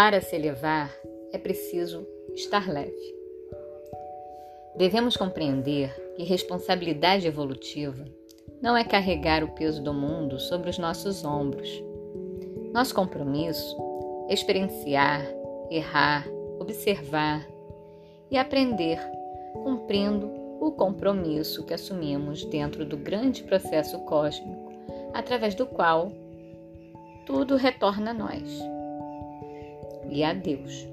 Para se elevar, é preciso estar leve. Devemos compreender que responsabilidade evolutiva não é carregar o peso do mundo sobre os nossos ombros. Nosso compromisso é experienciar, errar, observar e aprender, cumprindo o compromisso que assumimos dentro do grande processo cósmico, através do qual tudo retorna a nós e a Deus.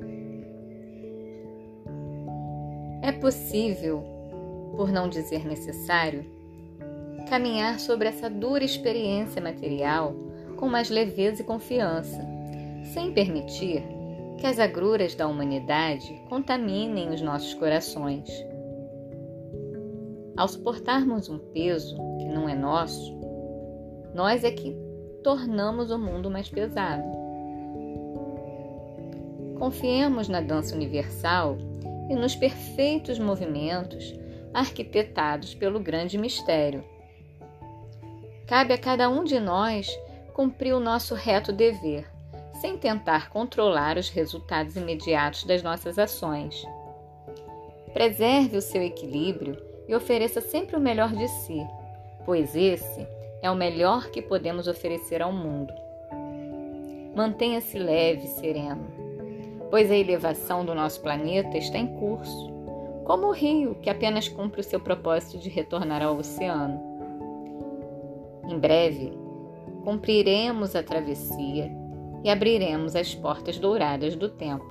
É possível, por não dizer necessário, caminhar sobre essa dura experiência material com mais leveza e confiança, sem permitir que as agruras da humanidade contaminem os nossos corações. Ao suportarmos um peso que não é nosso, nós é que tornamos o mundo mais pesado. Confiemos na dança universal e nos perfeitos movimentos arquitetados pelo grande mistério. Cabe a cada um de nós cumprir o nosso reto dever, sem tentar controlar os resultados imediatos das nossas ações. Preserve o seu equilíbrio e ofereça sempre o melhor de si, pois esse é o melhor que podemos oferecer ao mundo. Mantenha-se leve e sereno, pois a elevação do nosso planeta está em curso, como o rio que apenas cumpre o seu propósito de retornar ao oceano. Em breve, cumpriremos a travessia e abriremos as portas douradas do templo.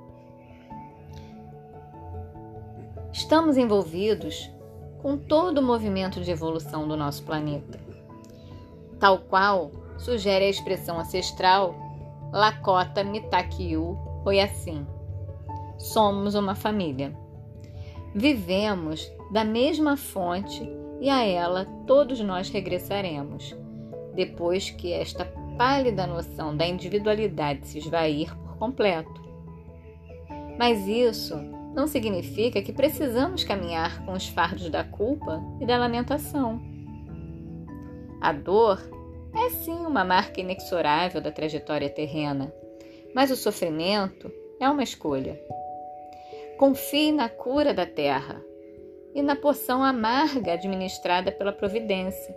Estamos envolvidos com todo o movimento de evolução do nosso planeta, tal qual sugere a expressão ancestral Lakota Mitakiu Oyasin. Somos uma família. Vivemos da mesma fonte e a ela todos nós regressaremos, depois que esta pálida noção da individualidade se esvair por completo. Mas isso não significa que precisamos caminhar com os fardos da culpa e da lamentação. A dor é sim uma marca inexorável da trajetória terrena, mas o sofrimento é uma escolha. Confie na cura da terra e na porção amarga administrada pela providência.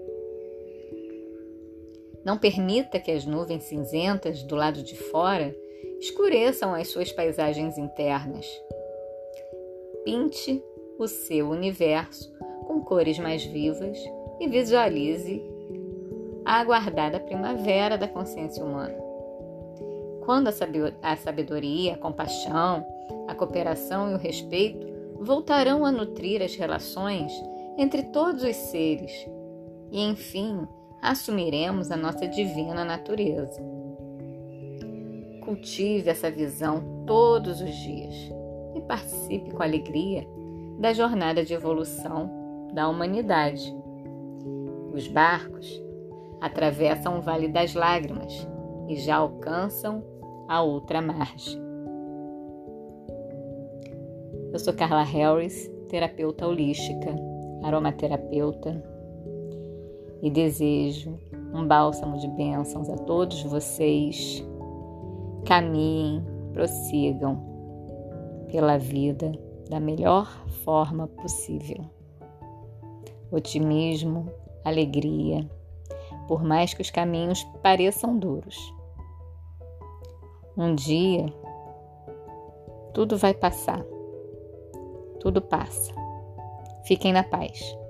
Não permita que as nuvens cinzentas do lado de fora escureçam as suas paisagens internas. Pinte o seu universo com cores mais vivas e visualize a aguardada primavera da consciência humana. Quando a sabedoria, a compaixão, a cooperação e o respeito voltarão a nutrir as relações entre todos os seres e, enfim, assumiremos a nossa divina natureza. Cultive essa visão todos os dias e participe com alegria da jornada de evolução da humanidade. Os barcos atravessam o Vale das Lágrimas e já alcançam a outra margem. Eu sou Carla Harris, terapeuta holística, aromaterapeuta, e desejo um bálsamo de bênçãos a todos vocês. Caminhem, prossigam pela vida da melhor forma possível. Otimismo, alegria, por mais que os caminhos pareçam duros. Um dia, tudo vai passar. Tudo passa. Fiquem na paz.